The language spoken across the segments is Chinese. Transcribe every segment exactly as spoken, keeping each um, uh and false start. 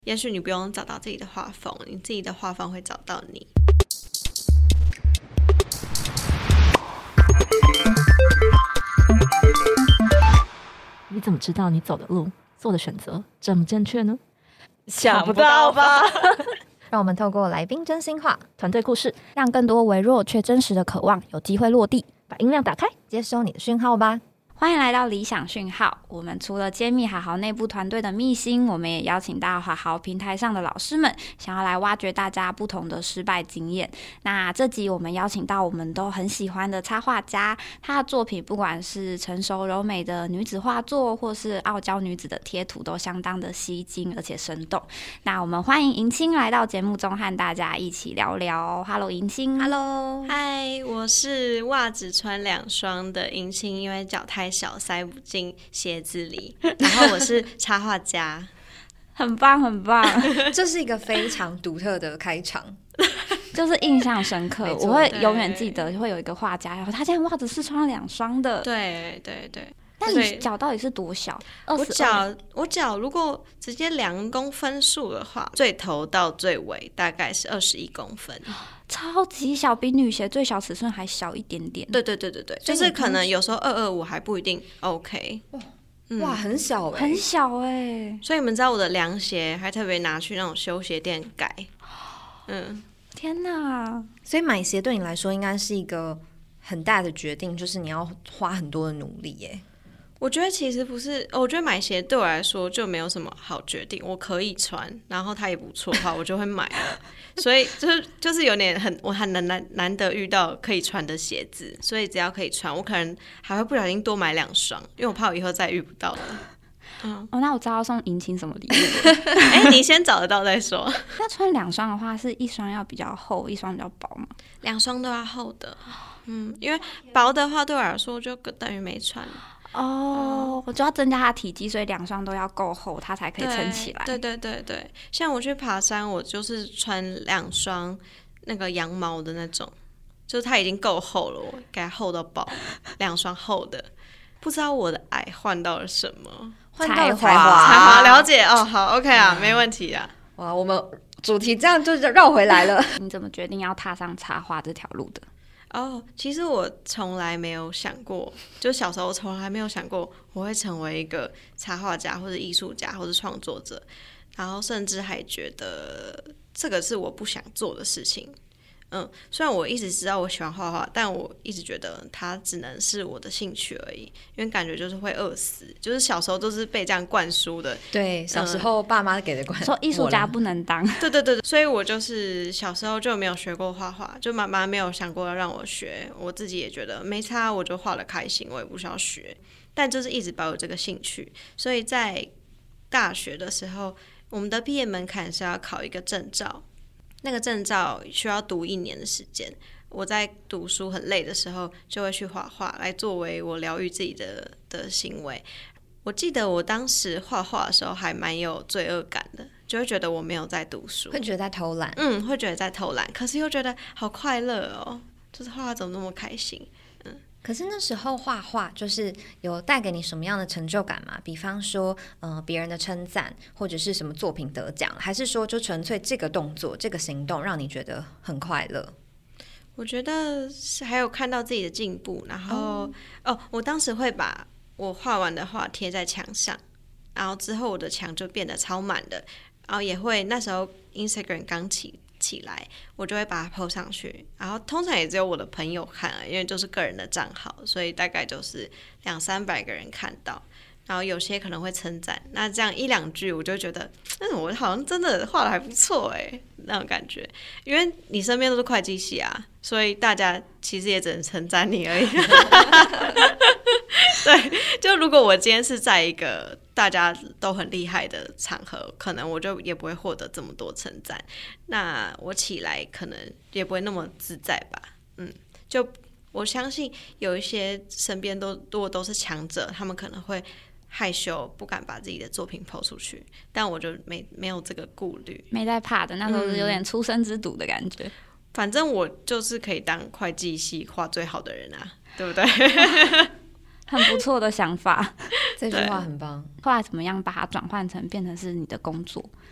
也许你不用找到自己的画风，你自己的画风会找到你。 你怎么知道你走的路、做的选择正不正确呢？ 想不到吧？ 让我们透过来宾真心话、 团队故事， 让更多微弱却真实的渴望有机会落地。 把音量打开， 接收你的讯号吧。 欢迎来到理想讯号。我们除了揭秘好好内部团队的秘辛，我们也邀请到好好平台上的老师们，想要来挖掘大家不同的失败经验。那这集我们邀请到我们都很喜欢的插画家，他的作品不管是成熟柔美的女子画作，或是傲娇女子的贴图，都相当的吸睛而且生动。那我们欢迎银青来到节目中，和大家一起聊聊。Hello， 银青。 Hello， 嗨，我是袜子穿两双的银青，因为脚太小塞不进鞋子里，然后我是插画家。 很棒很棒。 这是一个非常独特的开场。 就是印象深刻，我会永远记得会有一个画家，然后他现在袜子是穿两双的。 对对对。 但你脚到底是多小？ 我脚我脚如果直接量公分数的话，最头到最尾大概是二十一公分， 超级小，比女鞋最小尺寸还小一点点。 对对对对对，就是可能有时候二二五还不一定 OK。 哇，嗯、哇很小哎、 欸，很小哎、欸。 所以你们知道我的凉鞋还特别拿去那种修鞋店改。嗯， 天哪！ 所以买鞋对你来说应该是一个很大的决定，就是你要花很多的努力耶、欸。 我觉得其实不是，我觉得买鞋对我来说就没有什么好决定，我可以穿，然后它也不错的话，我就会买了。所以就是就是有点很我很难难难得遇到可以穿的鞋子，所以只要可以穿，我可能还会不小心多买两双，因为我怕我以后再遇不到了。 嗯，哦，那我知道要送银青什么礼物了。 哎、欸，你先找得到再说。 那穿两双的话，是一双要比较厚，一双比较薄吗？ 两双都要厚的。嗯，因为薄的话对我来说就等于没穿。 哦，我就要增加它体积，所以两双都要够厚，它才可以撑起来。 对对对对，像我去爬山，我就是穿两双那个羊毛的那种，就是它已经够厚了，我给它厚到爆，两双厚的。不知道我的矮换到了什么？ 换到了才华，才华了解哦。好 ，OK 啊，没问题啊。 哇，我们主题这样就绕回来了。 你怎么决定要踏上插画这条路的？ 哦、oh, 其实我从来没有想过，就小时候从来没有想过我会成为一个插画家或者艺术家或者创作者，然后甚至还觉得这个是我不想做的事情。嗯，虽然我一直知道我喜欢画画，但我一直觉得它只能是我的兴趣而已，因为感觉就是会饿死，就是小时候都是被这样灌输的。 对，小时候爸妈给的灌输， 说艺术家不能当。 对对对，所以我就是小时候就没有学过画画，就妈妈没有想过要让我学，我自己也觉得没差，我就画得开心，我也不需要学。但就是一直保有这个兴趣，所以在大学的时候，我们的毕业门槛是要考一个证照。那个证照需要读一年的时间，我在读书很累的时候，就会去画画来作为我疗愈自己的的行为。我记得我当时画画的时候还蛮有罪恶感的，就会觉得我没有在读书， 会觉得在偷懒， 嗯，会觉得在偷懒，可是又觉得好快乐哦，就是画画怎么那么开心。 可是那时候画画就是有带给你什么样的成就感吗？比方说，呃，别人的称赞，或者是什么作品得奖，还是说就纯粹这个动作、这个行动让你觉得很快乐？ 我觉得是还有看到自己的进步，然后哦, 哦，我当时会把我画完的画贴在墙上，然后之后我的墙就变得超满的，然后也会那时候 Instagram 刚起。起来，我就会把它 po 上去，然后通常也只有我的朋友看，因为就是个人的账号，所以大概就是两三百个人看到，然后有些可能会称赞，那这样一两句我就觉得，嗯，我好像真的画得还不错哎，那种感觉，因为你身边都是会计系啊，所以大家其实也只能称赞你而已。对，就如果我今天是在一个大家都很厉害的场合，可能我就也不会获得这么多称赞，那我起来可能也不会那么自在吧。嗯，就我相信有一些身边都如果都是强者，他们可能会害羞，不敢把自己的作品 po 出去，但我就没没有这个顾虑， 没在怕的，那时候是有点初生之犊的感觉、嗯。 反正我就是可以当会计系画最好的人啊，对不对？ 很不错的想法。 这句话很棒。 后来怎么样把它转换成变成是你的工作？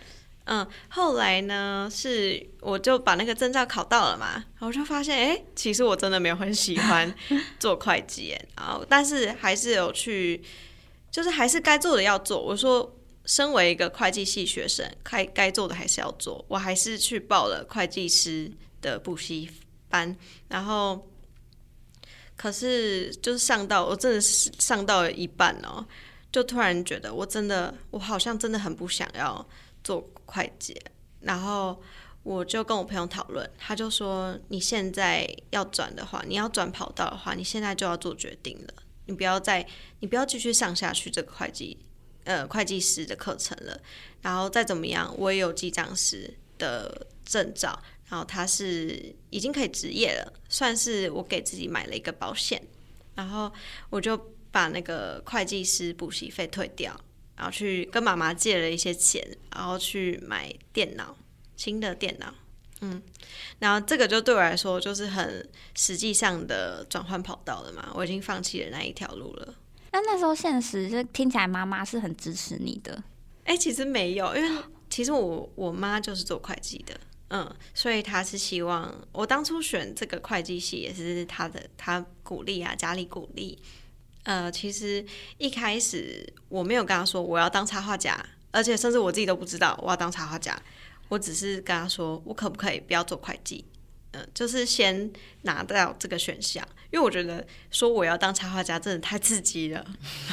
嗯，后来呢，是我就把那个证照考到了嘛，然后我就发现，哎、欸，其实我真的没有很喜欢做会计，然后但是还是有去，就是还是该做的要做。我说，身为一个会计系学生，该该做的还是要做，我还是去报了会计师的补习班，然后可是就是上到我真的是上到了一半哦，就突然觉得我真的我好像真的很不想要做会计，然后我就跟我朋友讨论，他就说你现在要转的话，你要转跑道的话，你现在就要做决定了，你不要再你不要继续上下去这个会计呃会计师的课程了，然后再怎么样，我也有记账师的证照，然后他是已经可以执业了，算是我给自己买了一个保险，然后我就把那个会计师补习费退掉，然后去跟妈妈借了一些钱，然后去买电脑，新的电脑，嗯，然后这个就对我来说就是很实际上的转换跑道了嘛，我已经放弃了那一条路了。 那那时候现实就听起来妈妈是很支持你的。 哎、欸，其实没有，因为其实我我妈就是做会计的，嗯，所以她是希望我当初选这个会计系也是她的，她鼓励啊，家里鼓励。呃，其实一开始我没有跟她说我要当插画家，而且甚至我自己都不知道我要当插画家，我只是跟她说我可不可以不要做会计。嗯、呃，就是先拿到这个选项，因为我觉得说我要当插画家真的太刺激了，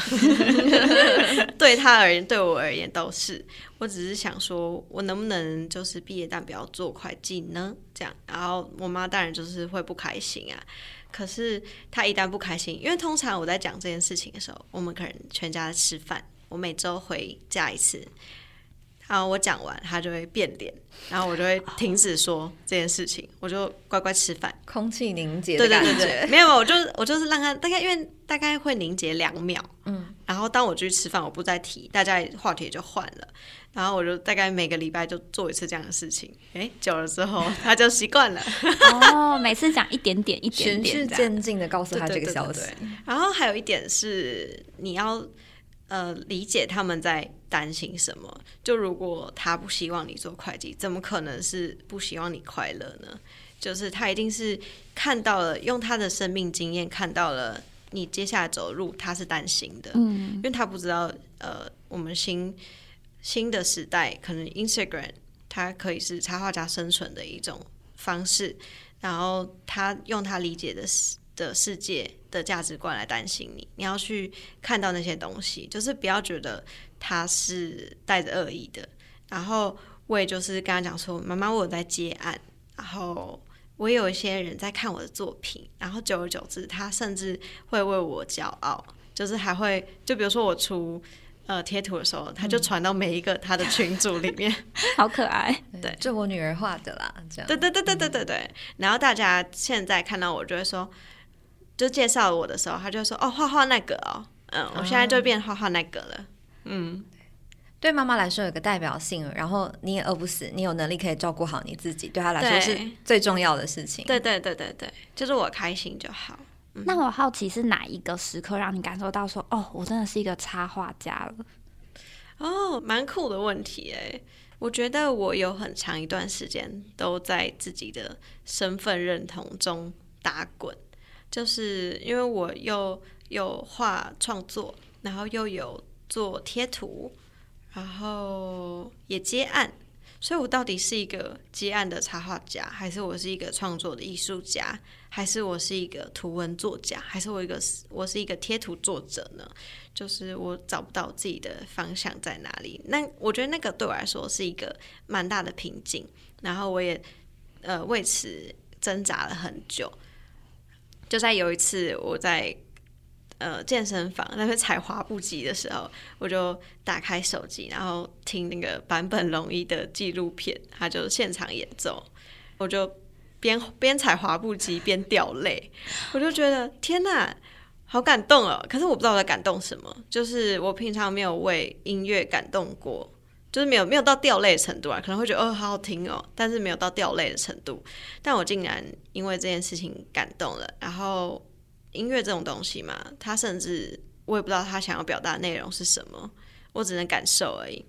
对他而言，对我而言都是。我只是想说，我能不能就是毕业但不要做会计呢？这样，然后我妈当然就是会不开心啊。可是她一旦不开心，因为通常我在讲这件事情的时候，我们可能全家吃饭，我每周回家一次。然后我讲完，他就会变脸，然后我就会停止说这件事情，我就乖乖吃饭， 空气凝结的感觉。 对对对对，没有，我就我就是让他大概，因为大概会凝结两秒，嗯，然后当我继续吃饭，我不再提，大家话题也就换了，然后我就大概每个礼拜就做一次这样的事情，哎，久了之后他就习惯了。 哦，每次讲一点点一点点， 循序渐进的告诉他这个消息。 对对对对对，然后还有一点是你要。呃，理解他们在担心什么。就如果他不希望你做会计，怎么可能是不希望你快乐呢？就是他一定是看到了，用他的生命经验看到了你接下来走的路，他是担心的。嗯，因为他不知道，呃，我们新新的时代，可能 Instagram 它可以是插画家生存的一种方式，然后他用他理解的的世界的价值观来担心你，你要去看到那些东西，就是不要觉得他是带着恶意的。然后我也就是跟他讲说，妈妈，我有在接案，然后我也有一些人在看我的作品，然后久而久之，他甚至会为我骄傲，就是还会，就比如说我出呃贴图的时候，他就传到每一个他的群组里面， 好可爱。 对，这我女儿画的啦，这样。 对对对对对对对。然后大家现在看到我就会说。就介绍我的时候，他就说：“哦，画画那个哦，嗯，我现在就变画画那个了。”嗯， 对妈妈来说有个代表性，然后你也饿不死，你有能力可以照顾好你自己，对她来说是最重要的事情。 对对对对对，就是我开心就好。 嗯、那我好奇是哪一个时刻让你感受到说：“哦，我真的是一个插画家了。” 哦，蛮酷的问题哎。我觉得我有很长一段时间都在自己的身份认同中打滚。就是因为我又有画创作，然后又有做贴图，然后也接案，所以我到底是一个接案的插画家，还是我是一个创作的艺术家，还是我是一个图文作家，还是我一个我是一个贴图作者呢？就是我找不到自己的方向在哪里。那我觉得那个对我来说是一个蛮大的瓶颈，然后我也呃为此挣扎了很久。就在有一次我在呃健身房那边踩滑步机的时候，我就打开手机，然后听那个坂本龙一的纪录片，他就现场演奏，我就边边踩滑步机边掉泪，我就觉得天哪，好感动哦！可是我不知道我在感动什么，就是我平常没有为音乐感动过。就是没有没有到掉泪的程度啊，可能会觉得哦好好听哦，但是没有到掉泪的程度。但我竟然因为这件事情感动了。然后音乐这种东西嘛，它甚至我也不知道他想要表达的内容是什么，我只能感受而已。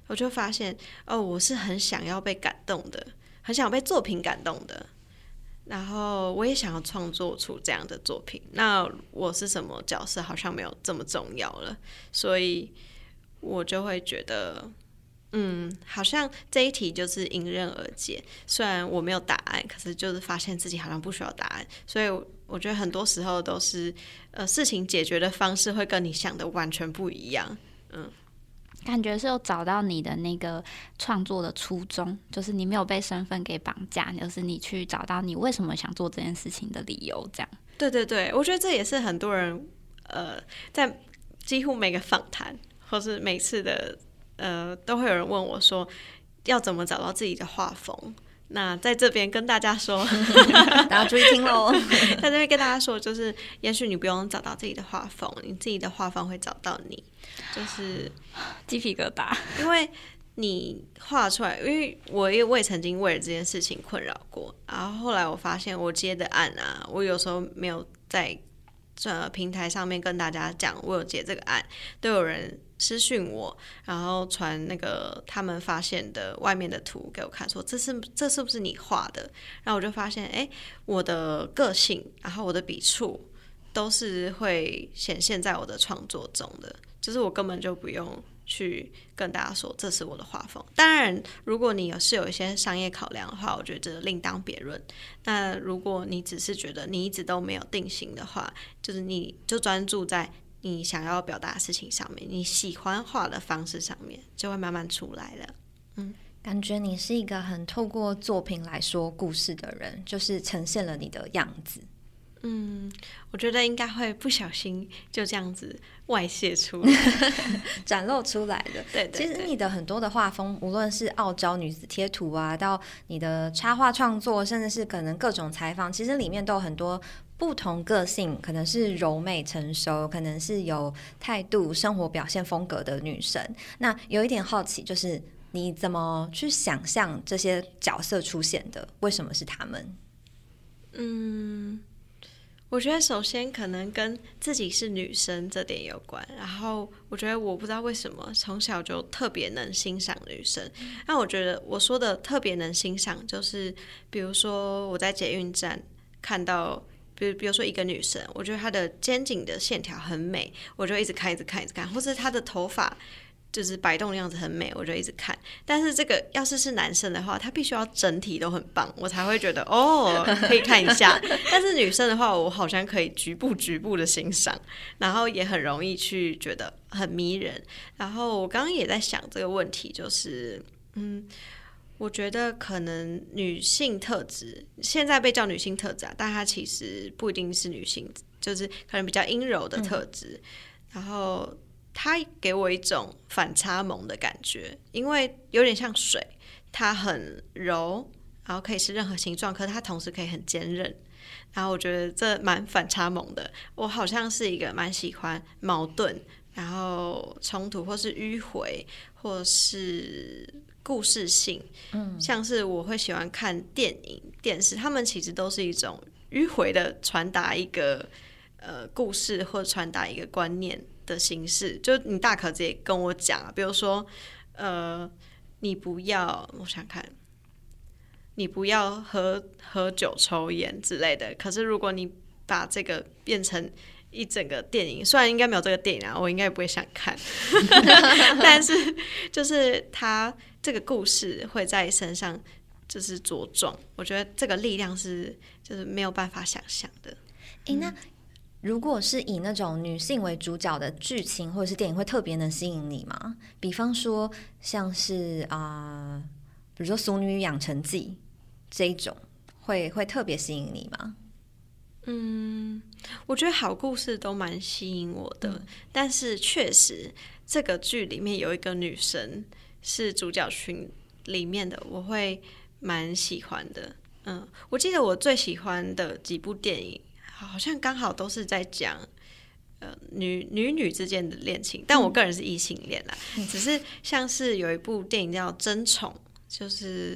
我就发现哦，我是很想要被感动的，很想被作品感动的，然后我也想要创作出这样的作品。那我是什么角色好像没有这么重要了，所以我就会觉得嗯，好像这一题就是迎刃而解。虽然我没有答案，可是就是发现自己好像不需要答案，所以我觉得很多时候都是呃事情解决的方式会跟你想的完全不一样。嗯， 感觉是有找到你的那个创作的初衷，就是你没有被身份给绑架，就是你去找到你为什么想做这件事情的理由，这样。 对对对，我觉得这也是很多人呃在几乎每个访谈或是每次的呃都会有人问我说要怎么找到自己的画风。那在这边跟大家说大家注意听咯在这边跟大家说，就是也许你不用找到自己的画风，你自己的画风会找到你，就是鸡皮疙瘩， 因为你画出来，因为我也我也曾经为了这件事情困扰过，然后后来我发现我接的案啊，我有时候没有在呃平台上面跟大家讲我有接这个案，都有人私讯我，然后传那个他们发现的外面的图给我看，说这是这是不是你画的？然后我就发现，哎，我的个性，然后我的笔触都是会显现在我的创作中的，就是我根本就不用去跟大家说这是我的画风。当然如果你有是有一些商业考量的话，我觉得这另当别论。那如果你只是觉得你一直都没有定型的话，就是你就专注在你想要表达的事情上面，你喜欢画的方式上面，就会慢慢出来了。嗯， 感觉你是一个很透过作品来说故事的人，就是呈现了你的样子。 嗯，我觉得应该会不小心就这样子外泄出来展露出来的。 对对对， 其实你的很多的画风，无论是傲娇女子贴图啊，到你的插画创作，甚至是可能各种采访，其实里面都有很多不同个性，可能是柔美成熟，可能是有态度、生活表现风格的女生。那有一点好奇，就是你怎么去想象这些角色出现的？为什么是他们？ 嗯，我觉得首先可能跟自己是女生这点有关，然后我觉得我不知道为什么从小就特别能欣赏女生。那我觉得我说的特别能欣赏，就是比如说我在捷运站看到比如比如说一个女生，我觉得她的肩颈的线条很美，我就一直看一直看一直看，或是她的头发就是摆动的样子很美，我就一直看。但是这个要是是男生的话，他必须要整体都很棒，我才会觉得哦可以看一下。但是女生的话，我好像可以局部局部的欣赏，然后也很容易去觉得很迷人。然后我刚刚也在想这个问题，就是嗯，我觉得可能女性特质现在被叫女性特质啊，但它其实不一定是女性，就是可能比较阴柔的特质。嗯、然后它给我一种反差萌的感觉，因为有点像水，它很柔，然后可以是任何形状，可是它同时可以很坚韧。然后我觉得这蛮反差萌的。我好像是一个蛮喜欢矛盾，然后冲突，或是迂回，或是故事性。嗯，像是我会喜欢看电影、电视，他们其实都是一种迂回的传达一个呃故事，或传达一个观念的形式。就你大可直接跟我讲，比如说呃，你不要，我想看，你不要喝喝酒、抽烟之类的。可是如果你把这个变成一整个电影，虽然应该没有这个电影啊，我应该也不会想看，但是就是它这个故事会在身上就是茁壮，我觉得这个力量是就是没有办法想象的。 欸，那如果是以那种女性为主角的剧情或者是电影，会特别能吸引你吗？比方说像是啊、呃，比如说《俗女养成记》这一种，会会特别吸引你吗？ 嗯，我觉得好故事都蛮吸引我的，嗯、但是确实这个剧里面有一个女生是主角群里面的，我会蛮喜欢的。嗯，我记得我最喜欢的几部电影，好像刚好都是在讲呃女女女之间的恋情，但我个人是异性恋啦。嗯、只是像是有一部电影叫《争宠》，就是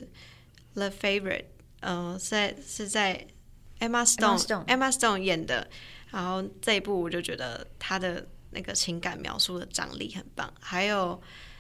The Favorite， 呃，是在是在Emma Stone Emma Stone 演的，然后这一部我就觉得她的那个情感描述的张力很棒。还有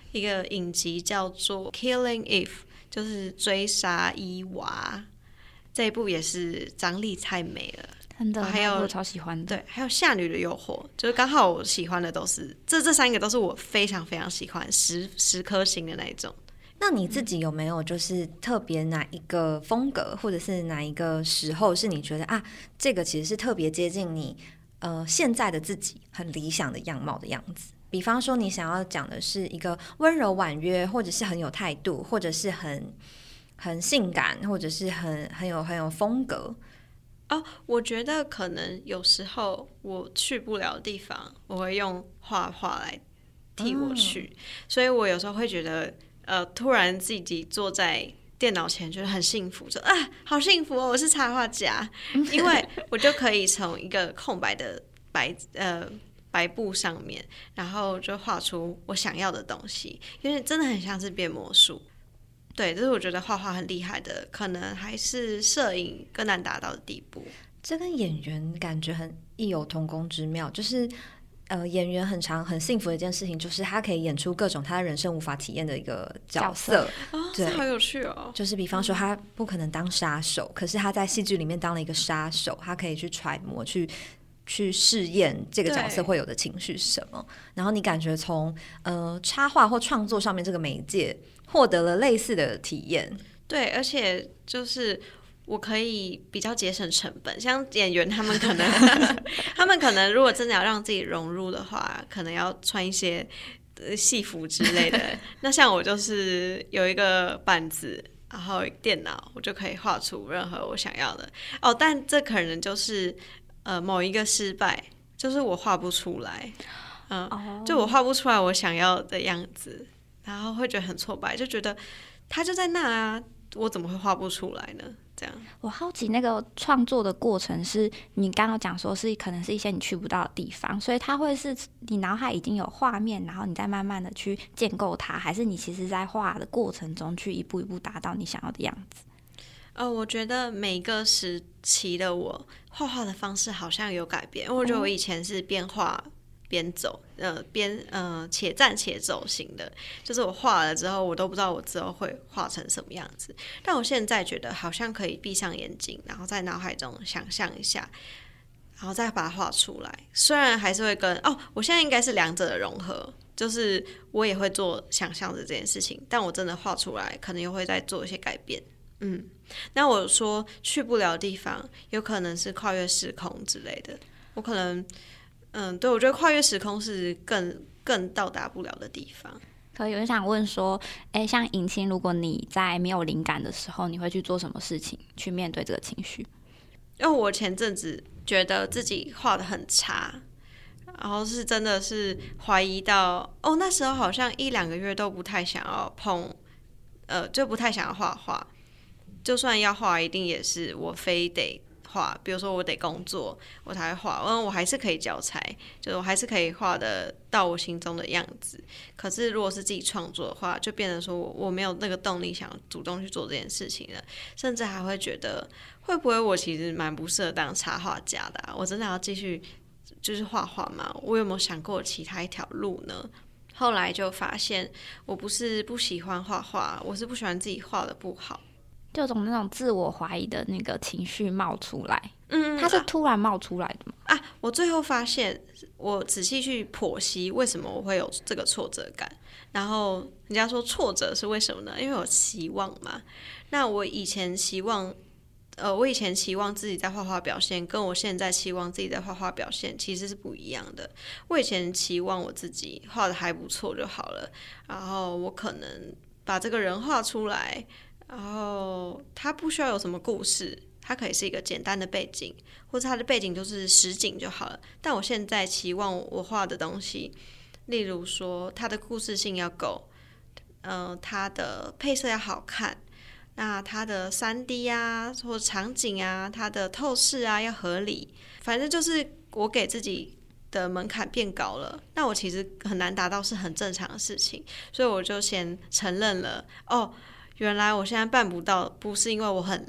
一个影集叫做《Killing Eve》，就是追杀伊娃，这一部也是张力太美了。 真的， 还有我超喜欢的。 对，还有《夏女的诱惑》，就是刚好我喜欢的都是这这三个都是我非常非常喜欢十十颗星的那一种。 那你自己有没有就是特别哪一个风格，或者是哪一个时候是你觉得啊，这个其实是特别接近你呃现在的自己很理想的样貌的样子？比方说你想要讲的是一个温柔婉约，或者是很有态度，或者是很很性感，或者是很很有很有风格。 哦，我觉得可能有时候我去不了的地方，我会用画画来替我去，嗯、所以我有时候会觉得，呃，突然自己坐在电脑前，觉得很幸福，说啊，好幸福哦，我是插画家，因为我就可以从一个空白的白呃白布上面，然后就画出我想要的东西，因为真的很像是变魔术。对，这是我觉得画画很厉害的，可能还是摄影更难达到的地步。 这跟演员感觉很异有同工之妙，就是呃，演员很常很幸福的一件事情，就是他可以演出各种他人生无法体验的一个角色。 哦， 对， 这好有趣哦。 就是比方说，他不可能当杀手，可是他在戏剧里面当了一个杀手，他可以去揣摩去。去试验这个角色会有的情绪是什么，然后你感觉从呃插画或创作上面这个媒介获得了类似的体验。 对，而且就是我可以比较节省成本，像演员他们可能他们可能如果真的要让自己融入的话，可能要穿一些戏服之类的。那像我就是有一个板子，然后电脑，我就可以画出任何我想要的。哦，但这可能就是呃某一个失败，就是我画不出来，嗯、呃，oh. 就我画不出来我想要的样子，然后会觉得很挫败，就觉得它就在那啊，我怎么会画不出来呢？这样， 我好奇那个创作的过程是，你刚刚讲说是可能是一些你去不到的地方，所以它会是你脑海已经有画面，然后你再慢慢的去建构它，还是你其实在画的过程中去一步一步达到你想要的样子？ 呃，我觉得每个时期的我画画的方式好像有改变，因为我觉得我以前是边画边走，呃，边呃且战且走型的，就是我画了之后，我都不知道我之后会画成什么样子。但我现在觉得好像可以闭上眼睛，然后在脑海中想象一下，然后再把它画出来。虽然还是会跟哦，我现在应该是两者的融合，就是我也会做想象的这件事情，但我真的画出来，可能又会再做一些改变。嗯，那我说去不了的地方，有可能是跨越时空之类的。我可能，嗯，对，我觉得跨越时空是更更到达不了的地方。 可以，我想问说，哎，像尹清，如果你在没有灵感的时候，你会去做什么事情去面对这个情绪？ 因为我前阵子觉得自己画得很差，然后是真的是怀疑到，哦，那时候好像一两个月都不太想要碰，呃，就不太想要画画。就算要画，一定也是我非得画，比如说我得工作，我才会画。嗯，我还是可以交差，就是我还是可以画得到我心中的样子。可是如果是自己创作的话，就变成说我我没有那个动力想主动去做这件事情了，甚至还会觉得会不会我其实蛮不适合当插画家的、啊？我真的要继续就是画画吗？我有没有想过其他一条路呢？后来就发现我不是不喜欢画画，我是不喜欢自己画的不好。 就有种那种自我怀疑的那个情绪冒出来， 嗯， 它是突然冒出来的吗？ 啊，我最后发现，我仔细去剖析为什么我会有这个挫折感。然后人家说挫折是为什么呢？因为我期望嘛。那我以前期望，呃，我以前期望自己在画画表现，跟我现在期望自己在画画表现其实是不一样的。我以前期望我自己画的还不错就好了，然后我可能把这个人画出来。然后它不需要有什么故事，它可以是一个简单的背景，或者它的背景就是实景就好了。但我现在期望我画的东西，例如说它的故事性要够，呃，它的配色要好看，那它的 三 D 啊或者场景啊，它的透视啊要合理，反正就是我给自己的门槛变高了，那我其实很难达到是很正常的事情，所以我就先承认了哦。原来我现在办不到，不是因为我很烂，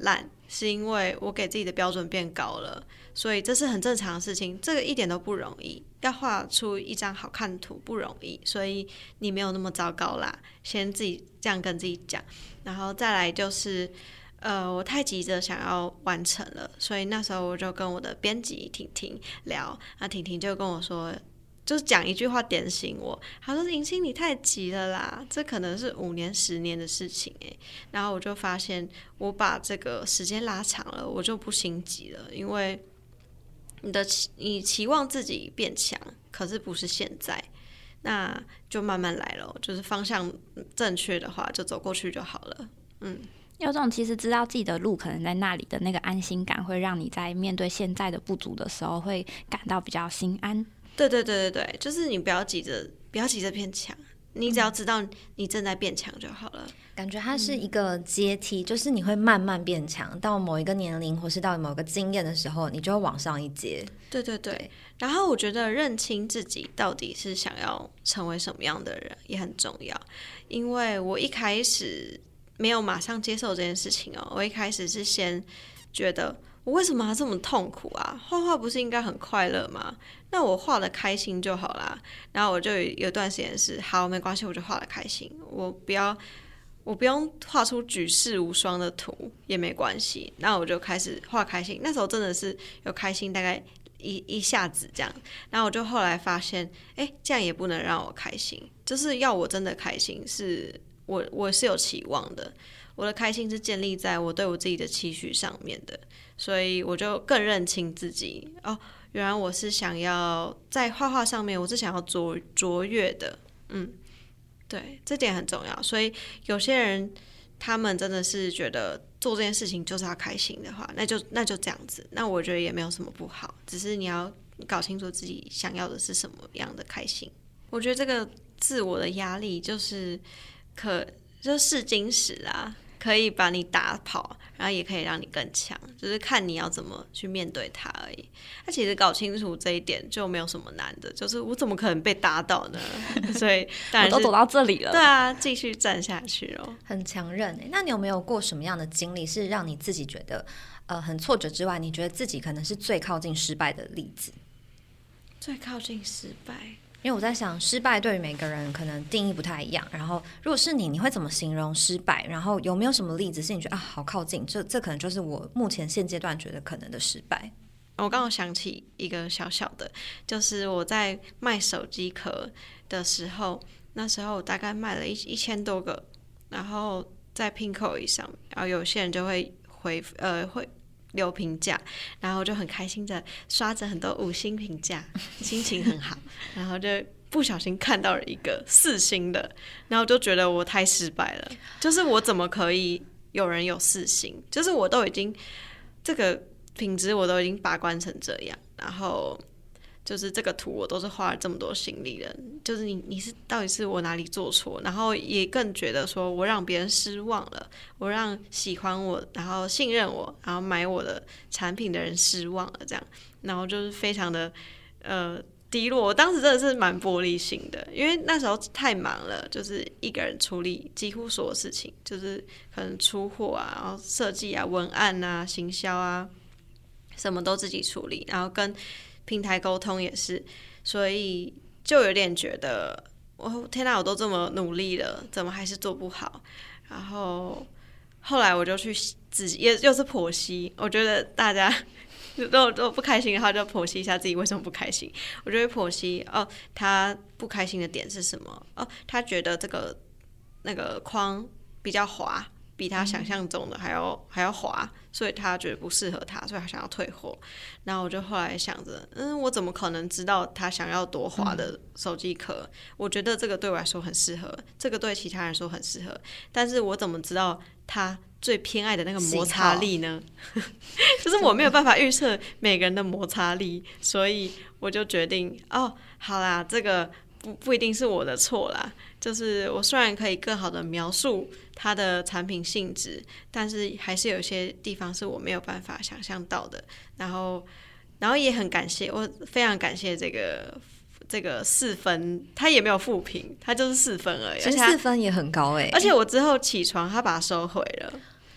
是因为我给自己的标准变高了，所以这是很正常的事情，这个一点都不容易，要画出一张好看的图不容易，所以你没有那么糟糕啦，先自己这样跟自己讲。然后再来就是呃，我太急着想要完成了，所以那时候我就跟我的编辑婷婷聊，那婷婷就跟我说，就是讲一句话点醒我，他说银星你太急了啦，这可能是五年十年的事情诶。然后我就发现我把这个时间拉长了，我就不心急了，因为你的你期望自己变强，可是不是现在，那就慢慢来咯，就是方向正确的话就走过去就好了。嗯， 有种其实知道自己的路可能在那里的那个安心感，会让你在面对现在的不足的时候会感到比较心安。 对对对对对，就是你不要急着不要急着变强，你只要知道你正在变强就好了。 感觉它是一个阶梯，嗯、就是你会慢慢变强，到某一个年龄或是到某个经验的时候，你就会往上一阶。 对对 对, 对。然后我觉得认清自己到底是想要成为什么样的人也很重要，因为我一开始没有马上接受这件事情哦，我一开始是先觉得我为什么要这么痛苦啊？画画不是应该很快乐吗？那我画的开心就好啦。然后我就有段时间是好没关系，我就画的开心，我不要我不用画出举世无双的图也没关系。那我就开始画开心，那时候真的是有开心大概一一下子这样。然后我就后来发现，哎，这样也不能让我开心，就是要我真的开心是我我是有期望的。我的开心是建立在我对我自己的期许上面的，所以我就更认清自己哦，原来我是想要在画画上面，我是想要卓卓越的，嗯，对，这点很重要。所以有些人他们真的是觉得做这件事情就是要开心的话，那就那就这样子，那我觉得也没有什么不好，只是你要搞清楚自己想要的是什么样的开心。我觉得这个自我的压力就是可就试金石啦。可以把你打跑，然后也可以让你更强，就是看你要怎么去面对它而已。那其实搞清楚这一点就没有什么难的，就是我怎么可能被打倒呢？所以当然是我都走到这里了， 对啊，继续站下去哦。 很强韧欸。那你有没有过什么样的经历是让你自己觉得呃很挫折之外，你觉得自己可能是最靠近失败的例子？ 最靠近失败。 因为我在想，失败对于每个人可能定义不太一样。然后，如果是你，你会怎么形容失败？然后有没有什么例子是你觉得啊，好靠近？这这可能就是我目前现阶段觉得可能的失败。 我刚刚想起一个小小的，就是我在卖手机壳的时候，那时候我大概卖了一一千多个，然后在 Pinkoi 上，然后有些人就会回呃会。留评价，然后就很开心的刷着很多五星评价，心情很好，然后就不小心看到了一个四星的，然后就觉得我太失败了，就是我怎么可以有人有四星？就是我都已经这个品质我都已经把关成这样，然后就是这个图我都是花了这么多心力了，就是你你是到底是我哪里做错，然后也更觉得说我让别人失望了，我让喜欢我然后信任我然后买我的产品的人失望了，这样，然后就是非常的呃低落。我当时真的是蛮玻璃心的，因为那时候太忙了，就是一个人处理几乎所有事情，就是可能出货啊，然后设计啊、文案啊、行销啊，什么都自己处理，然后跟平台沟通也是，所以就有点觉得，我天哪，我都这么努力了，怎么还是做不好？然后后来我就去自己也又是剖析，我觉得大家如果都不开心的话，就剖析一下自己为什么不开心。我就会剖析哦，他不开心的点是什么？哦，他觉得这个那个框比较滑。比他想象中的还要、嗯、还要滑，所以他觉得不适合他，所以他想要退货。然后我就后来想着，嗯，我怎么可能知道他想要多滑的手机壳、嗯？我觉得这个对我来说很适合，这个对其他人说很适合，但是我怎么知道他最偏爱的那个摩擦力呢？就是我没有办法预测每个人的摩擦力，所以我就决定，哦，好啦，这个不不一定是我的错啦。就是我虽然可以更好的描述它的产品性质，但是还是有些地方是我没有办法想象到的。然后，然后也很感谢，我非常感谢这个这个四分，他也没有负评，他就是四分而已。 其实四分也很高哎、欸。 而且我之后起床，他把它收回了。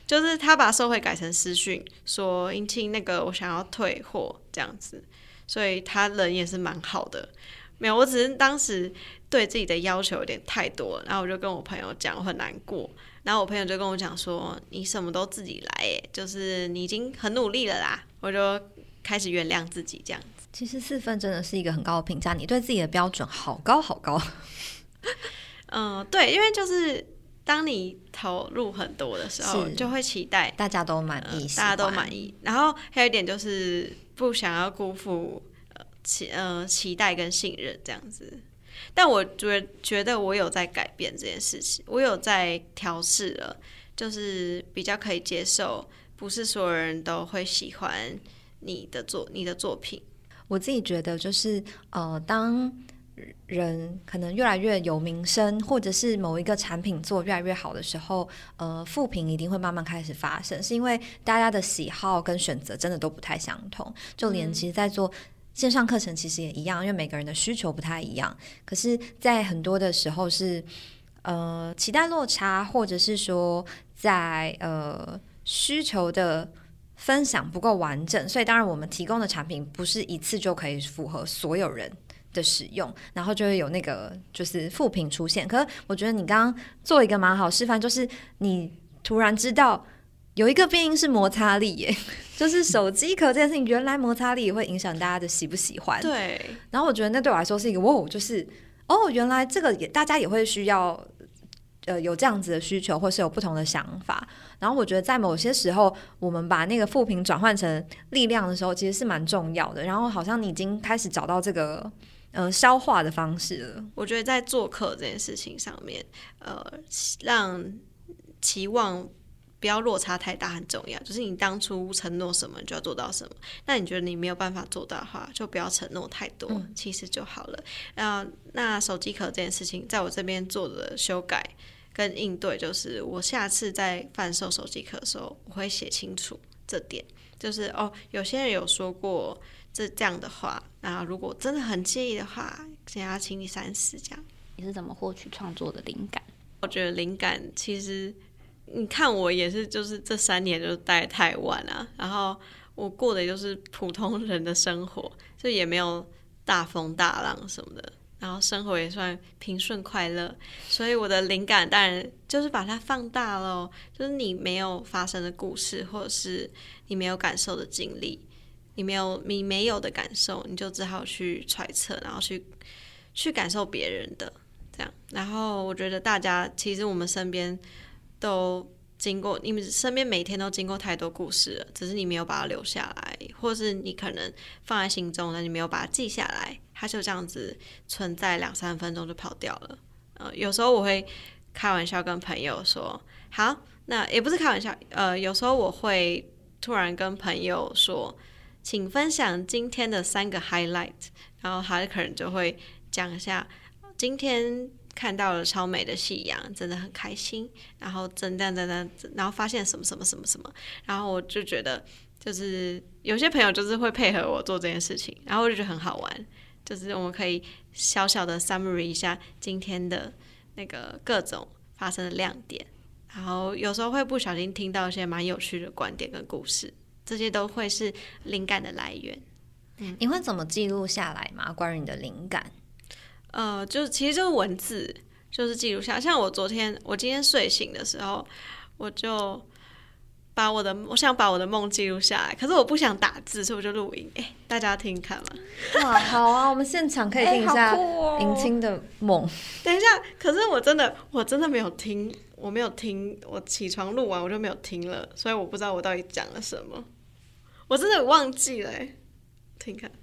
就是他把收回改成私讯，说英青那个我想要退货这样子，所以他人也是蛮好的。没有，我只是当时对自己的要求有点太多了，然后我就跟我朋友讲我很难过，然后我朋友就跟我讲说你什么都自己来耶，就是你已经很努力了啦，我就开始原谅自己这样子。 其实四分真的是一个很高的评价，你对自己的标准好高好高。 嗯，对，因为就是当你投入很多的时候，就会期待大家都满意、 呃，大家都满意。然后还有一点就是不想要辜负呃期呃期待跟信任这样子。但我觉觉得我有在改变这件事情，我有在调试了，就是比较可以接受，不是所有人都会喜欢你的作你的作品。 我自己觉得就是呃，当人可能越来越有名声，或者是某一个产品做越来越好的时候，呃，负评一定会慢慢开始发生，是因为大家的喜好跟选择真的都不太相同。就连其实在做线上课程其实也一样，因为每个人的需求不太一样，可是在很多的时候是呃期待落差，或者是说在呃需求的分享不够完整，所以当然我们提供的产品不是一次就可以符合所有人的使用，然后就会有那个就是负评出现。可是我觉得你刚刚做一个蛮好示范，就是你突然知道有一个变因是摩擦力耶，就是手机壳这件事情，原来摩擦力也会影响大家的喜不喜欢。 对， 然后我觉得那对我来说是一个哇，就是哦，原来这个也大家也会需要。呃，有这样子的需求，或是有不同的想法，然后我觉得在某些时候，我们把那个负评转换成力量的时候，其实是蛮重要的。然后好像你已经开始找到这个呃消化的方式了。 我觉得在做课这件事情上面，呃，让期望不要落差太大很重要。就是你当初承诺什么，你就要做到什么。那你觉得你没有办法做到的话，就不要承诺太多，嗯、其实就好了。呃，那手机壳这件事情，在我这边做的修改跟应对，就是我下次在贩售手机壳的时候，我会写清楚这点，就是哦，有些人有说过这这样的话，那如果真的很介意的话，先要请你三思这样。 你是怎么获取创作的灵感？ 我觉得灵感其实，你看我也是，就是这三年就待台湾啊，然后我过的就是普通人的生活，就也没有大风大浪什么的。然后生活也算平顺快乐，所以我的灵感当然就是把它放大了，就是你没有发生的故事，或者是你没有感受的经历，你没有你没有的感受，你就只好去揣测，然后去去感受别人的这样。然后我觉得大家其实我们身边都经过，你们身边每天都经过太多故事了，只是你没有把它留下来，或是你可能放在心中了，你没有把它记下来，它就这样子存在两三分钟就跑掉了。呃，有时候我会开玩笑跟朋友说，好，那也不是开玩笑，呃，有时候我会突然跟朋友说，请分享今天的三个 highlight， 然后他可能就会讲一下今天看到了超美的夕阳，真的很开心，然后真的真的，然后发现什么什么什么什么，然后我就觉得就是有些朋友就是会配合我做这件事情，然后我就觉得很好玩，就是我们可以小小的 summary 一下今天的那个各种发生的亮点，然后有时候会不小心听到一些蛮有趣的观点跟故事，这些都会是灵感的来源。 嗯，你会怎么记录下来吗？关于你的灵感？ 呃，就其实就是文字，就是记录下。像我昨天，我今天睡醒的时候，我就把我的，我想把我的梦记录下来，可是我不想打字，所以我就录音。哎、欸，大家要听看吗？ 哇，好啊，我们现场可以听一下迎青的梦。 欸等一下，可是我真的，我真的没有听，我没有听，我起床录完我就没有听了，所以我不知道我到底讲了什么，我真的忘记了、欸。听看。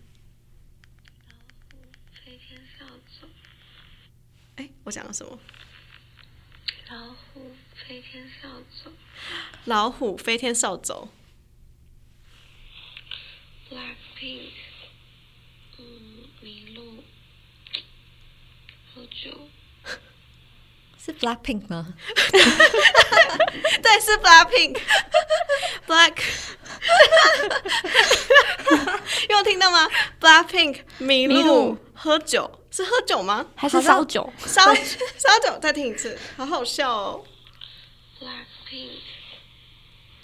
哎、欸，我讲了什么？ 老虎飞天扫帚。 老虎飞天扫帚。 Blackpink， 嗯，麋鹿，喝酒。 是 Blackpink 吗？ 对，是 Blackpink。Black， 有听到吗 ？Blackpink， 麋鹿，喝酒。是喝酒吗？ 还是烧酒？ 烧烧酒，再听一次，好好笑哦。 Blackpink，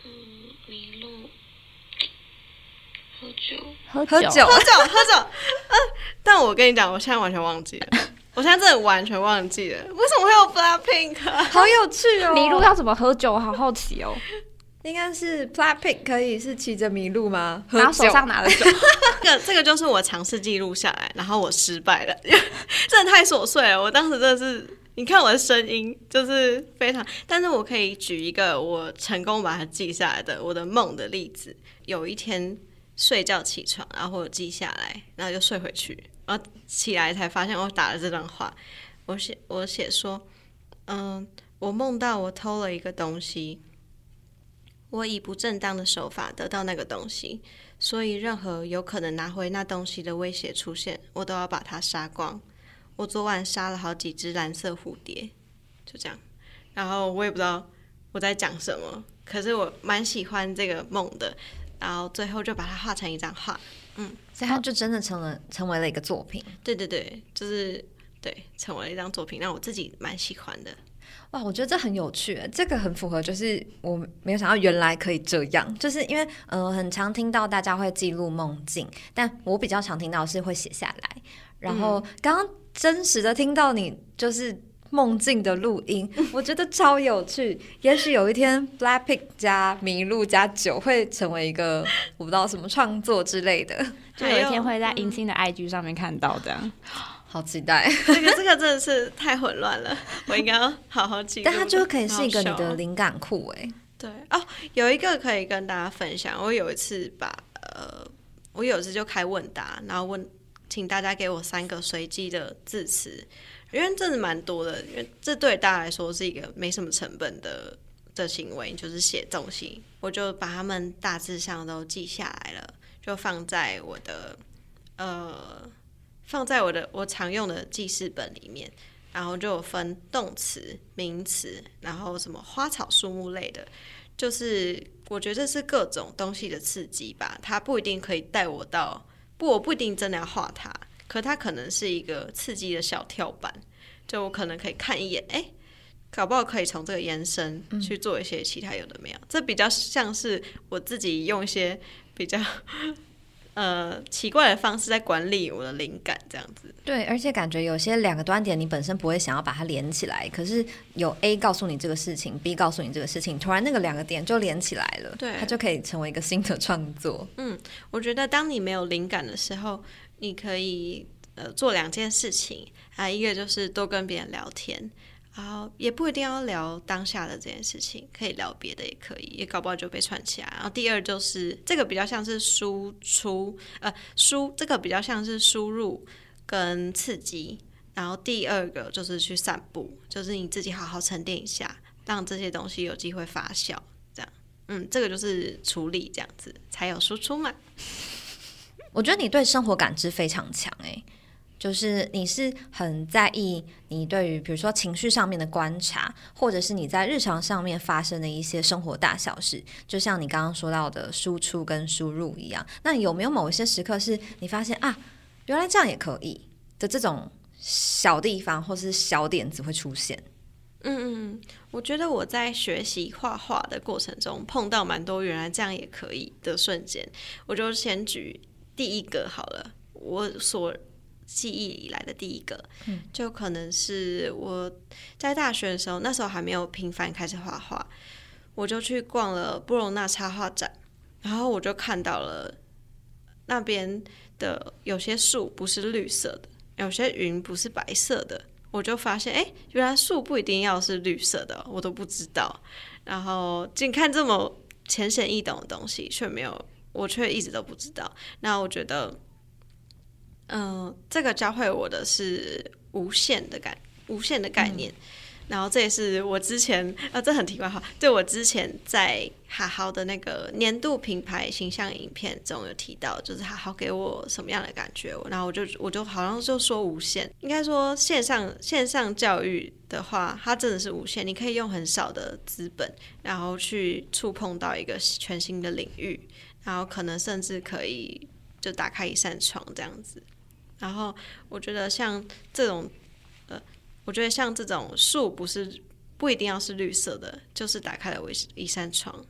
嗯，迷路，喝酒， 喝喝酒喝酒喝酒、呃，但我跟你讲，我现在完全忘记了，我现在真的完全忘记了，为什么会有 BLACKPINK 啊？ 好有趣哦！ 迷路要怎么喝酒？我好好奇哦。 应该是 BLACKPINK 可以是骑着麋鹿吗？喝然后手酒上拿着酒， 这个这个就是我尝试记录下来，然后我失败了，真的太琐碎了。我当时真的是，你看我的声音就是非常，但是我可以举一个我成功把它记下来的我的梦的例子。有一天睡觉起床，然后我记下来，然后就睡回去，然后起来才发现我打了这段话。我写我写说，嗯，我梦到我偷了一个东西。我以不正当的手法得到那个东西，所以任何有可能拿回那东西的威胁出现，我都要把它杀光。我昨晚杀了好几只蓝色蝴蝶，就这样。然后我也不知道我在讲什么，可是我蛮喜欢这个梦的。然后最后就把它画成一张画，嗯， 所以它就真的成了成为了一个作品。 对对对，就是对，成为了一张作品，让我自己蛮喜欢的。 哇，我觉得这很有趣，这个很符合，就是我没有想到原来可以这样，就是因为呃，很常听到大家会记录梦境，但我比较常听到是会写下来。然后刚刚真实的听到你就是梦境的录音，我觉得超有趣。也许有一天 BLACKPINK 加麋鹿加酒会成为一个我不知道什么创作之类的， 就有一天会在迎新的 I G 上面看到这样。 好期待。 这个这个真的是太混乱了，我应该要好好记录。 但它就可以是一个你好好笑哦的灵感库哎。 对哦，有一个可以跟大家分享。我有一次把呃，我有一次就开问答，然后问，请大家给我三个随机的字词，因为真的蛮多的，因为这对大家来说是一个没什么成本的的行为，就是写东西。我就把它们大致上都记下来了，就放在我的呃。放在我的我常用的记事本里面，然后就有分动词、名词，然后什么花草树木类的，就是我觉得这是各种东西的刺激吧。它不一定可以带我到，不，我不一定真的要画它，可它可能是一个刺激的小跳板，就我可能可以看一眼，哎，搞不好可以从这个延伸去做一些其他有的没有。这比较像是我自己用一些比较。呃，奇怪的方式在管理我的灵感，这样子。 对，而且感觉有些两个端点，你本身不会想要把它连起来，可是有 A 告诉你这个事情 ，B 告诉你这个事情，突然那个两个点就连起来了， 对， 它就可以成为一个新的创作。 嗯，我觉得当你没有灵感的时候，你可以呃做两件事情啊，一个就是多跟别人聊天。然后也不一定要聊当下的这件事情，可以聊别的也可以，也搞不好就被串起来。然后第二就是这个比较像是输出，呃，输这个比较像是输入跟刺激。然后第二个就是去散步，就是你自己好好沉淀一下，让这些东西有机会发酵。这样，嗯，这个就是处理，这样子才有输出嘛。 我觉得你对生活感知非常强哎、欸。就是你是很在意你对于比如说情绪上面的观察，或者是你在日常上面发生的一些生活大小事，就像你刚刚说到的输出跟输入一样。那有没有某一些时刻是你发现啊，原来这样也可以的这种小地方或是小点子会出现？ 嗯嗯，我觉得我在学习画画的过程中碰到蛮多原来这样也可以的瞬间。我就先举第一个好了，我所记忆以来的第一个，嗯、就可能是我在大学的时候，那时候还没有频繁开始画画，我就去逛了布隆纳插画展，然后我就看到了那边的有些树不是绿色的，有些云不是白色的，我就发现，哎，原来树不一定要是绿色的，我都不知道。然后仅看这么浅显易懂的东西，却没有，我却一直都不知道。那我觉得。嗯、呃，这个教会我的是无限的概无限的概念、嗯，然后这也是我之前啊，这很题外话，对我之前在好好的那个年度品牌形象影片中有提到，就是好好给我什么样的感觉，然后我就我就好像就说无限，应该说线上线上教育的话，它真的是无限，你可以用很少的资本，然后去触碰到一个全新的领域，然后可能甚至可以就打开一扇窗这样子。然后我觉得像这种，呃，我觉得像这种树不是不一定要是绿色的，就是打开了一扇窗，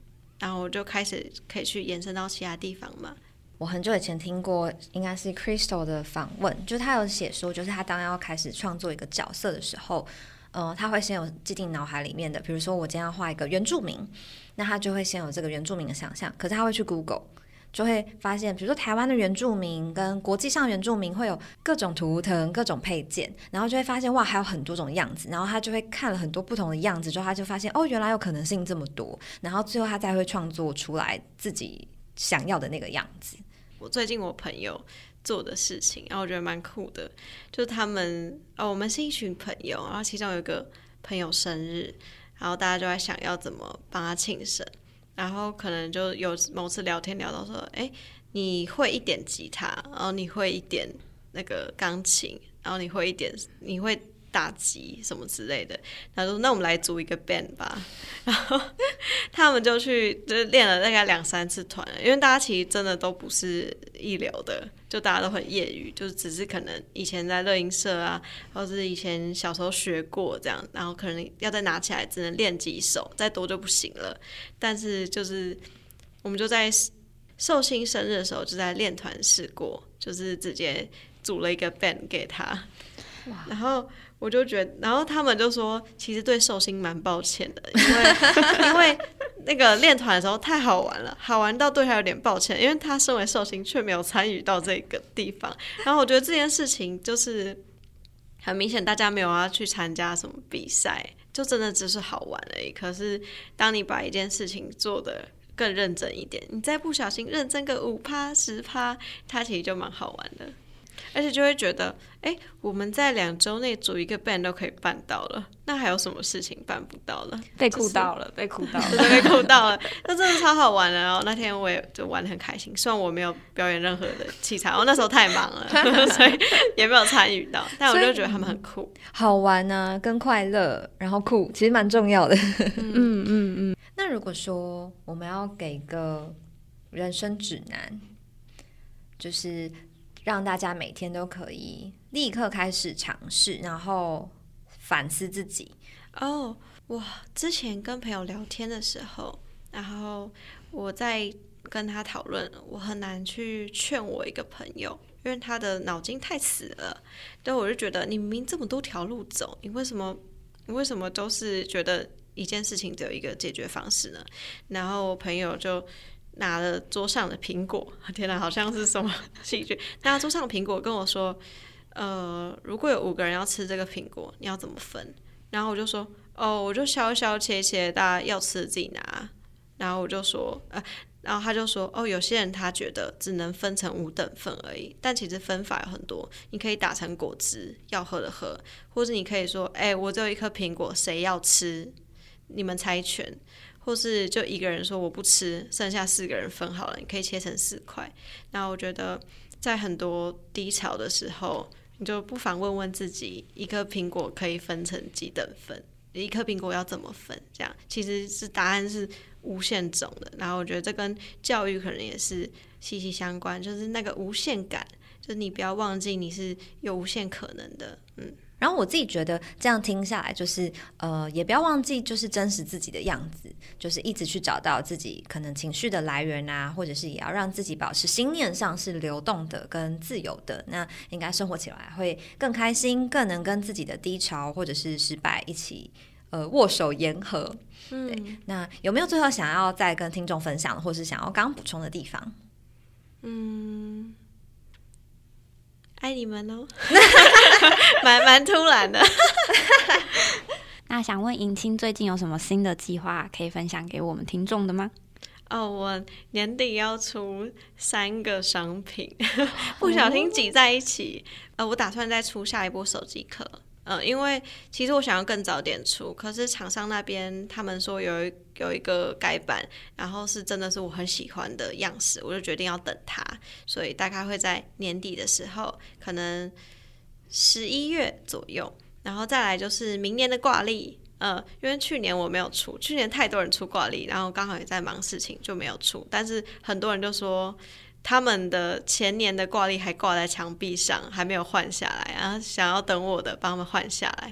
然后我就开始可以去延伸到其他地方嘛。 我很久以前听过，应该是 Crystal 的访问，就是他有写说，就是他当要开始创作一个角色的时候，呃，他会先有既定脑海里面的，比如说我今天要画一个原住民，那他就会先有这个原住民的想象，可是他会去 Google， 就会发现，比如说台湾的原住民跟国际上原住民会有各种图腾、各种配件，然后就会发现哇，还有很多种样子，然后他就会看了很多不同的样子之后，他就发现哦，原来有可能性这么多，然后最后他才会创作出来自己想要的那个样子。 我最近我朋友做的事情，然后我觉得蛮酷的，就是他们哦，我们是一群朋友，然后其中有一个朋友生日，然后大家就在想要怎么帮他庆生，然后可能就有某次聊天聊到说，哎，你会一点吉他，然后你会一点那个钢琴，然后你会一点你会打击什么之类的，他说那我们来组一个 band 吧，然后他们就去就是练了大概两三次团，因为大家其实真的都不是一流的，就大家都很业余，就只是可能以前在乐音社啊，或是以前小时候学过这样，然后可能要再拿起来只能练几首，再多就不行了。但是就是我们就在寿星生日的时候就在练团试过，就是直接组了一个 band 给他，然后我就觉得，然后他们就说，其实对寿星蛮抱歉的，因为因为那个练团的时候太好玩了，好玩到对他有点抱歉，因为他身为寿星却没有参与到这个地方。然后我觉得这件事情就是很明显，大家没有要去参加什么比赛，就真的只是好玩而已。可是当你把一件事情做得更认真一点，你再不小心认真个五趴十趴，它其实就蛮好玩的。而且就会觉得，哎、欸，我们在两周内组一个 band 都可以办到了，那还有什么事情办不到了？ 被哭到了，就是、被哭到了， 对，被哭到了，那真的超好玩的。然后那天我也就玩得很开心，虽然我没有表演任何的器材，我那时候太忙了，所以也没有参与到。但我就觉得他们很酷， 好玩啊，跟快乐，然后酷，其实蛮重要的。 嗯嗯嗯。 那如果说我们要给个人生指南，就是让大家每天都可以立刻开始尝试，然后反思自己。 哦，我之前跟朋友聊天的时候，然后我在跟他讨论，我很难去劝我一个朋友，因为他的脑筋太死了。但我就觉得，你明明这么多条路走，你为什么你为什么都是觉得一件事情只有一个解决方式呢？然后我朋友就拿了桌上的苹果，天哪，好像是什么戏剧？拿桌上的苹果跟我说，呃，如果有五个人要吃这个苹果，你要怎么分？然后我就说，哦，我就削削切切，大家要吃的自己拿。然后我就说，呃，然后他就说，哦，有些人他觉得只能分成五等份而已，但其实分法有很多，你可以打成果汁，要喝的喝，或者你可以说，哎、欸，我只有一颗苹果，谁要吃？你们猜拳。或是就一个人说我不吃，剩下四个人分好了，你可以切成四块。那我觉得在很多低潮的时候，你就不妨问问自己，一颗苹果可以分成几等份？一颗苹果要怎么分？这样其实是答案是无限种的。然后我觉得这跟教育可能也是息息相关，就是那个无限感，就是你不要忘记你是有无限可能的，嗯。 然后我自己觉得这样听下来，就是呃，也不要忘记，就是真实自己的样子，就是一直去找到自己可能情绪的来源啊，或者是也要让自己保持心念上是流动的跟自由的，那应该生活起来会更开心，更能跟自己的低潮或者是失败一起呃握手言和。嗯，对。那有没有最后想要再跟听众分享的，或是想要刚刚补充的地方？ 嗯。爱你们哦，蛮蛮突然的。 那想问迎青最近有什么新的计划可以分享给我们听众的吗？ 哦，我年底要出三个商品，不小心挤在一起。呃，我打算再出下一波手机壳。呃，因为其实我想要更早点出，可是厂商那边他们说有一有一个改版，然后是真的是我很喜欢的样式，我就决定要等它，所以大概会在年底的时候，可能十一月左右，然后再来就是明年的挂历。呃，因为去年我没有出，去年太多人出挂历，然后刚好也在忙事情就没有出，但是很多人就说他们的前年的挂历还挂在墙壁上，还没有换下来，然后想要等我的帮他们换下来，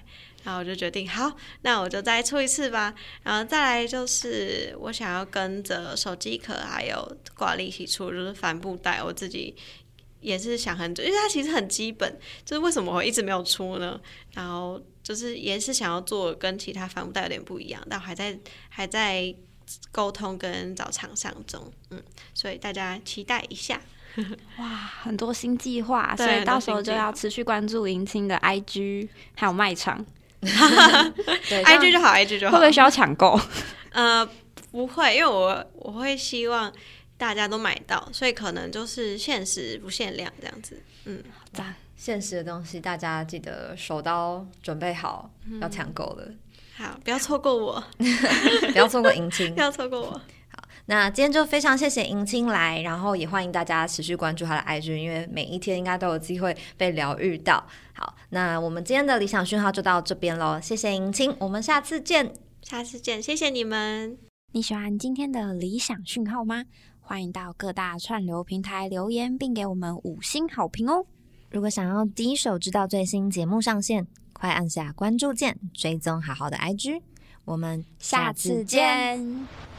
然后我就决定好，那我就再出一次吧。然后再来就是我想要跟着手机壳还有挂历一起出，就是帆布袋，我自己也是想很久，因为它其实很基本，就是为什么我一直没有出呢？然后就是也是想要做跟其他帆布袋有点不一样，但我还在还在沟通跟找厂商中，嗯，所以大家期待一下。 哇，很多新计划，所以到时候就要持续关注迎亲的 I G 还有卖场。 对 I G 就好 ，I G 就好。 会不会需要抢购？ 呃，不会，因为我我会希望大家都买到，所以可能就是限时不限量这样子。嗯， 赞。 现实的东西大家记得手刀准备好， 嗯、 要抢购了。 好，不要错过我， 不要错过迎亲， 不要错过我。 那今天就非常谢谢迎亲来，然后也欢迎大家持续关注他的 I G， 因为每一天应该都有机会被疗愈到。好，那我们今天的理想讯号就到这边咯，谢谢迎亲，我们下次见， 下次见，谢谢你们。 你喜欢今天的理想讯号吗？欢迎到各大串流平台留言，并给我们五星好评哦。 如果想要第一手知道最新节目上线，快按下关注键，追踪好好的 I G， 我们下次见。